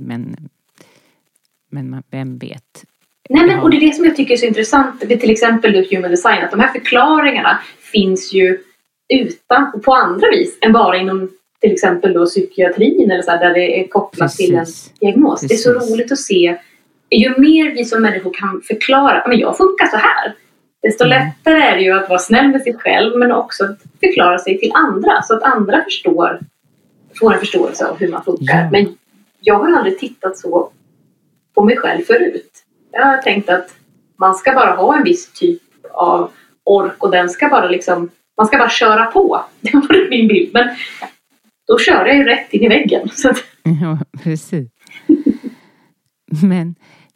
vem vet? Nej, men, och det är det som jag tycker är så intressant. Det är till exempel då human design. Att de här förklaringarna finns ju utan och på andra vis än bara inom till exempel då psykiatrin eller så här, där det är kopplat till en diagnos. Precis. Det är så roligt att se. Ju mer vi som människor kan förklara, men jag funkar så här. Desto lättare är det ju att vara snäll med sig själv, men också att förklara sig till andra. Så att andra får en förståelse av hur man funkar. Ja. Men jag har aldrig tittat så på mig själv förut. Jag har tänkt att man ska bara ha en viss typ av ork och den ska bara liksom, man ska bara köra på. Det var min bild. Men då kör jag ju rätt in i väggen. Så att... Ja, precis. Men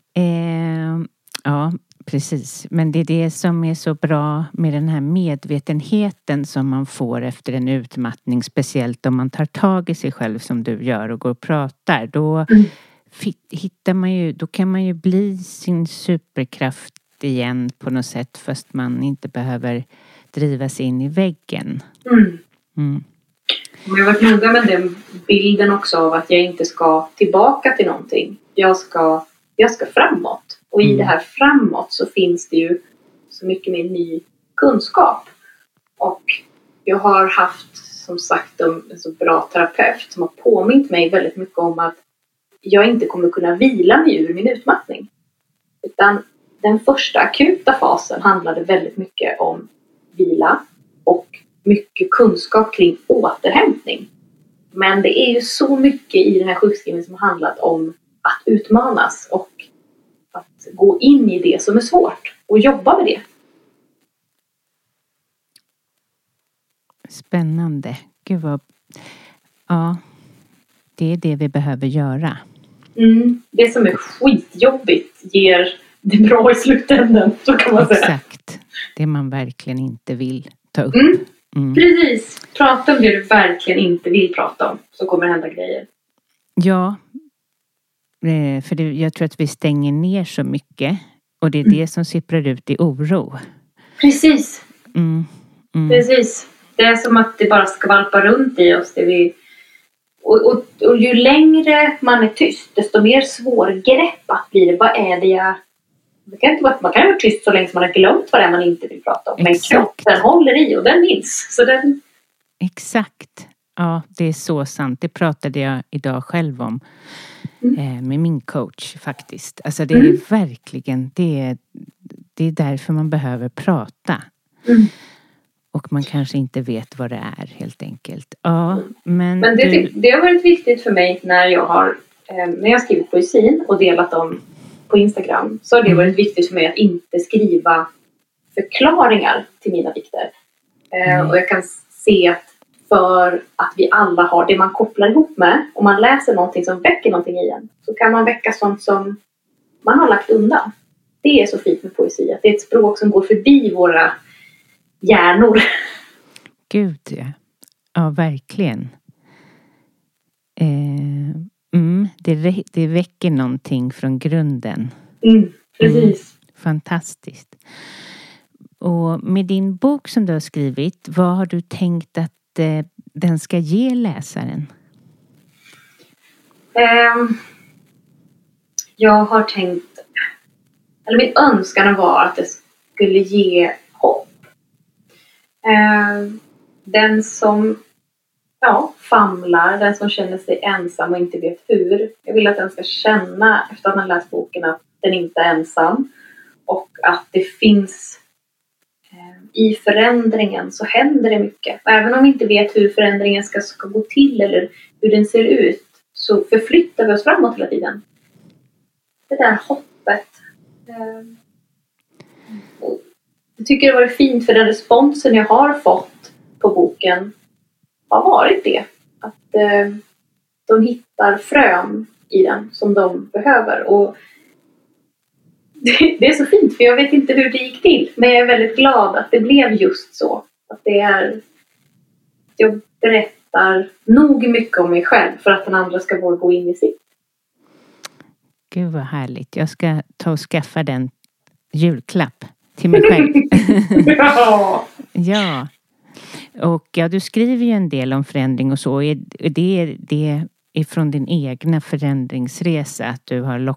ja, precis. Men det är det som är så bra med den här medvetenheten som man får efter en utmattning. Speciellt om man tar tag i sig själv som du gör och går och pratar. Då hittar man ju, då kan man ju bli sin superkraft igen på något sätt. Fast man inte behöver driva sig in i väggen. Jag har varit noga med den bilden också av att jag inte ska tillbaka till någonting. Jag ska framåt. Och i det här framåt så finns det ju så mycket mer ny kunskap. Och jag har haft som sagt en så bra terapeut som har påmint mig väldigt mycket om att jag inte kommer kunna vila mig ur min utmattning. Utan den första akuta fasen handlade väldigt mycket om vila och mycket kunskap kring återhämtning. Men det är ju så mycket i den här sjukskrivningen som har handlat om att utmanas och att gå in i det som är svårt och jobba med det. Spännande. Gud vad... Ja, det är det vi behöver göra. Det som är skitjobbigt ger det bra i slutändan, så kan man säga. Exakt. Det man verkligen inte vill ta upp. Precis. Prata om det du verkligen inte vill prata om, så kommer det hända grejer. Ja, för jag tror att vi stänger ner så mycket. Och det är det som sipprar ut i oro. Precis. Precis. Det är som att det bara skvalpar runt i oss. Och ju längre man är tyst, desto mer svårgreppat blir det. Vad är det man kan ju vara tyst så länge som man har glömt vad det är man inte vill prata om. Men kroppen håller i och den minns. Så den... Exakt. Ja, det är så sant. Det pratade jag idag själv om. Med min coach faktiskt. Alltså det är verkligen, det är därför man behöver prata. Och man kanske inte vet vad det är helt enkelt. Ja, men det har varit viktigt för mig när jag har skrivit poesin och delat dem på Instagram. Så har det varit viktigt för mig att inte skriva förklaringar till mina dikter. Och jag kan se att för att vi alla har det man kopplar ihop med. Om man läser någonting som väcker någonting i en, så kan man väcka sånt som man har lagt undan. Det är så fint med poesi. Att det är ett språk som går förbi våra hjärnor. Gud, ja. Ja, verkligen. Det väcker någonting från grunden. Precis. Fantastiskt. Och med din bok som du har skrivit, vad har du tänkt att den ska ge läsaren? Jag har tänkt, eller min önskan var att det skulle ge hopp. Den som famlar, den som känner sig ensam och inte vet hur. Jag vill att den ska känna efter att man läst boken att den inte är ensam. Och att det finns i förändringen så händer det mycket. Och även om vi inte vet hur förändringen ska gå till eller hur den ser ut, så förflyttar vi oss framåt hela tiden. Det där hoppet. Jag tycker det var fint för den responsen jag har fått på boken har varit det. Att de hittar frön i den som de behöver. Och det är så fint, för jag vet inte hur det gick till. Men jag är väldigt glad att det blev just så. Att det är... Jag berättar nog mycket om mig själv för att den andra ska våga gå in i sitt. Gud vad härligt. Jag ska ta och skaffa den julklapp till mig själv. Ja. Ja. Och ja, du skriver ju en del om förändring och så. Det är från din egna förändringsresa att du har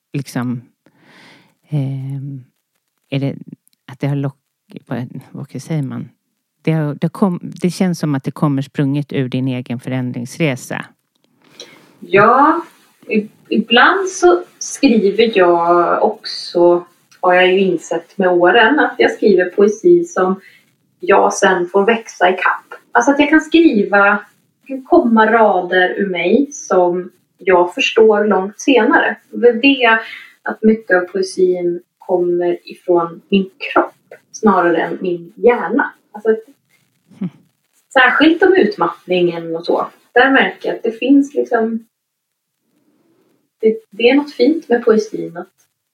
är det att det har vad säger man? Det känns som att det kommer sprunget ur din egen förändringsresa. Ja, ibland så skriver jag också, har jag ju insett med åren, att jag skriver poesi som jag sen får växa i kapp. Alltså att jag kan skriva, det kan komma rader ur mig som jag förstår långt senare. Det är att mycket av poesin kommer ifrån min kropp snarare än min hjärna. Alltså, särskilt om utmattningen och så. Där märker jag att det finns liksom... Det är något fint med poesin. Att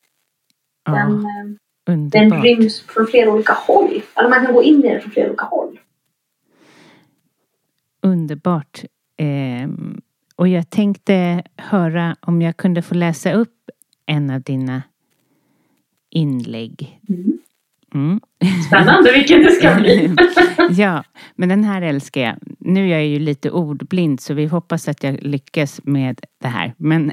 den ryms från flera olika håll. Eller man kan gå in i den från flera olika håll. Underbart. Och jag tänkte höra om jag kunde få läsa upp en av dina inlägg. Spännande vilken det ska bli. Ja, men den här älskar jag. Nu är jag ju lite ordblind så vi hoppas att jag lyckas med det här. Men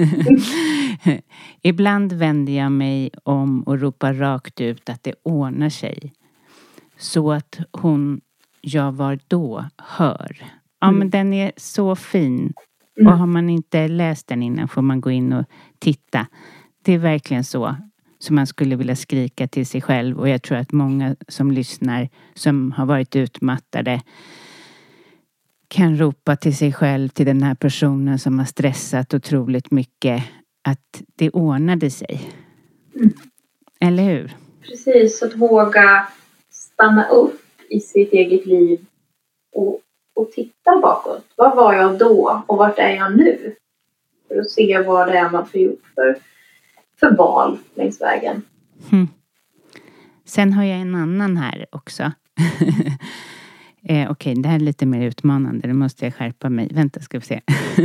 ibland vänder jag mig om och ropar rakt ut att det ordnar sig. Så att jag var då hör. Ja, men den är så fin. Och har man inte läst den innan får man gå in och titta. Det är verkligen så som man skulle vilja skrika till sig själv. Och jag tror att många som lyssnar som har varit utmattade kan ropa till sig själv, till den här personen som har stressat otroligt mycket, att det ordnade sig. Eller hur? Precis, att våga stanna upp i sitt eget liv och titta bakåt. Vad var jag då och vart är jag nu? För att se vad det är man får gjort för val längs vägen. Sen har jag en annan här också. Okej, det här är lite mer utmanande. Det måste jag skärpa mig. Vänta, ska vi se.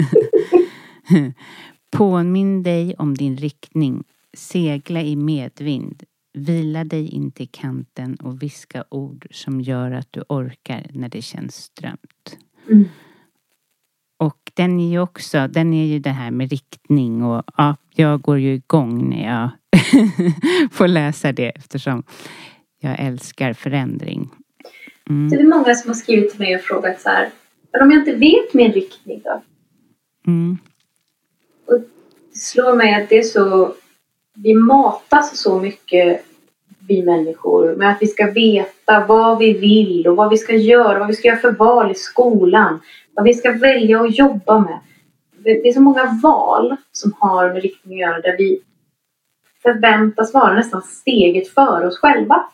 Påminn dig om din riktning. Segla i medvind. Vila dig in till kanten och viska ord som gör att du orkar när det känns strömt. Och den är ju det här med riktning och ja, jag går ju igång när jag får läsa det eftersom jag älskar förändring. Det är många som har skrivit till mig och frågat så här, men om jag inte vet min riktning då? Och det slår mig att det är så, vi matas så mycket, vi människor, med att vi ska veta vad vi vill och vad vi ska göra för val i skolan, vad vi ska välja att jobba med. Det är så många val som har med riktning att göra där vi förväntas vara nästan steget före oss själva.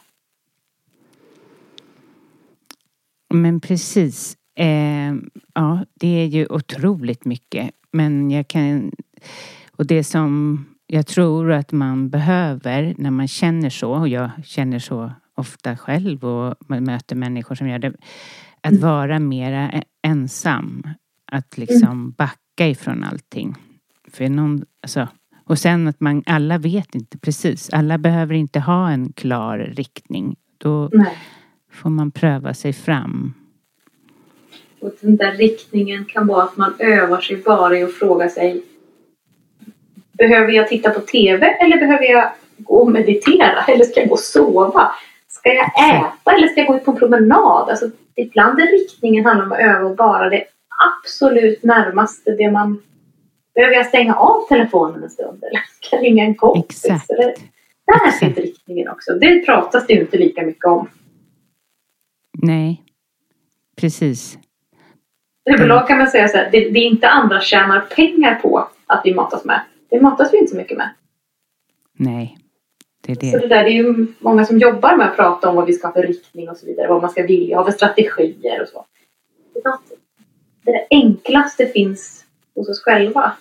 Men precis. Ja, det är ju otroligt mycket. Men och det som jag tror att man behöver när man känner så, och jag känner så ofta själv och man möter människor som gör det, att vara mera ensam. Att liksom backa ifrån allting. För och sen att alla vet inte precis. Alla behöver inte ha en klar riktning. Då får man pröva sig fram. Och den där riktningen kan vara att man övar sig bara i att fråga sig, behöver jag titta på TV eller behöver jag gå och meditera eller ska jag gå och sova? Ska jag äta eller ska jag gå ut på en promenad? Alltså, ibland är riktningen handlar om att öva och bara det absolut närmaste det man... Behöver jag stänga av telefonen en stund eller ska jag ringa en kompis? Eller, där finns riktningen också. Det pratas det ju inte lika mycket om. Nej, precis. Överlag kan man säga så här, det är inte andra tjänar pengar på att vi matas med. Det matas vi inte så mycket med. Nej, det är det. Så det är ju många som jobbar med att prata om vad vi ska ha för riktning och så vidare. Vad man ska vilja ha för strategier och så. Det enklaste finns hos oss själva.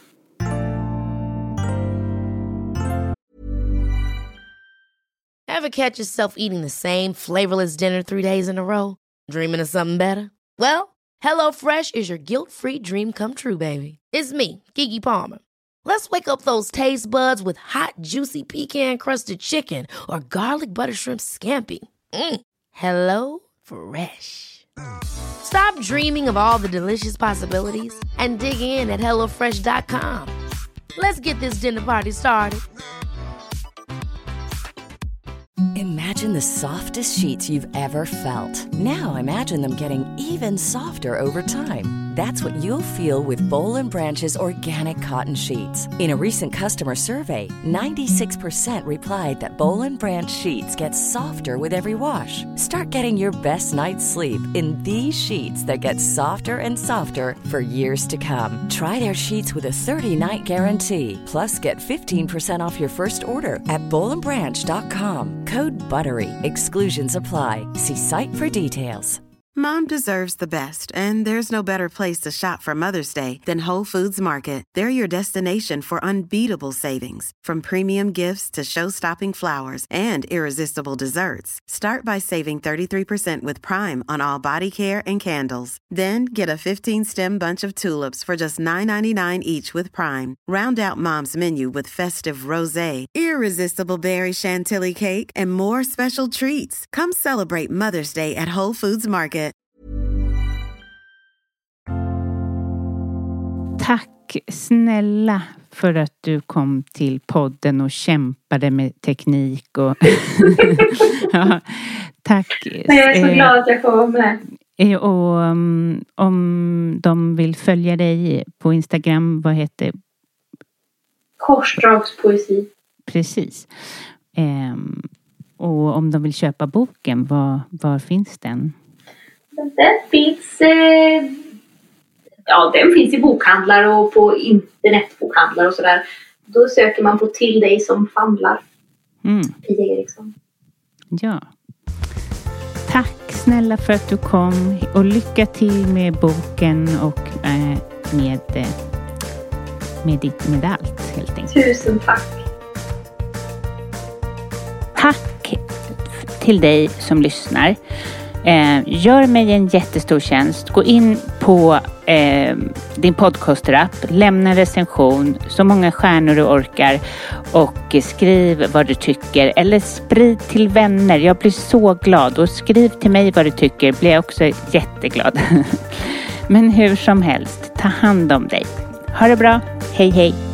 Ever catch yourself eating the same flavorless dinner 3 days in a row? Dreaming of something better? Well, HelloFresh is your guilt-free dream come true, baby. It's me, Keke Palmer. Let's wake up those taste buds with hot, juicy pecan-crusted chicken or garlic butter shrimp scampi. Hello Fresh. Stop dreaming of all the delicious possibilities and dig in at HelloFresh.com. Let's get this dinner party started. Imagine the softest sheets you've ever felt. Now imagine them getting even softer over time. That's what you'll feel with Boll & Branch's organic cotton sheets. In a recent customer survey, 96% replied that Boll & Branch sheets get softer with every wash. Start getting your best night's sleep in these sheets that get softer and softer for years to come. Try their sheets with a 30-night guarantee. Plus, get 15% off your first order at BollandBranch.com. Code BUTTERY. Exclusions apply. See site for details. Mom deserves the best, and there's no better place to shop for Mother's Day than Whole Foods Market. They're your destination for unbeatable savings, from premium gifts to show-stopping flowers and irresistible desserts. Start by saving 33% with Prime on all body care and candles. Then get a 15-stem bunch of tulips for just $9.99 each with Prime. Round out Mom's menu with festive rosé, irresistible berry chantilly cake, and more special treats. Come celebrate Mother's Day at Whole Foods Market. Tack snälla för att du kom till podden och kämpade med teknik. Och ja, tack. Jag är så glad att jag får vara med. Och om de vill följa dig på Instagram, vad heter? Korsdragspoesi. Precis. Och om de vill köpa boken, var finns den? Den finns... den finns i bokhandlar och på internetbokhandlar och sådär. Då söker man på Till dig som famlar. Pia Eriksson. Ja. Tack snälla för att du kom. Och lycka till med boken och med allt helt enkelt. Tusen tack. Tack till dig som lyssnar. Gör mig en jättestor tjänst. Gå in på din podcaster-app, lämna en recension, så många stjärnor du orkar, och skriv vad du tycker, eller sprid till vänner. Jag blir så glad, och skriv till mig vad du tycker, blir jag också jätteglad. Men hur som helst, ta hand om dig. Ha det bra, hej hej.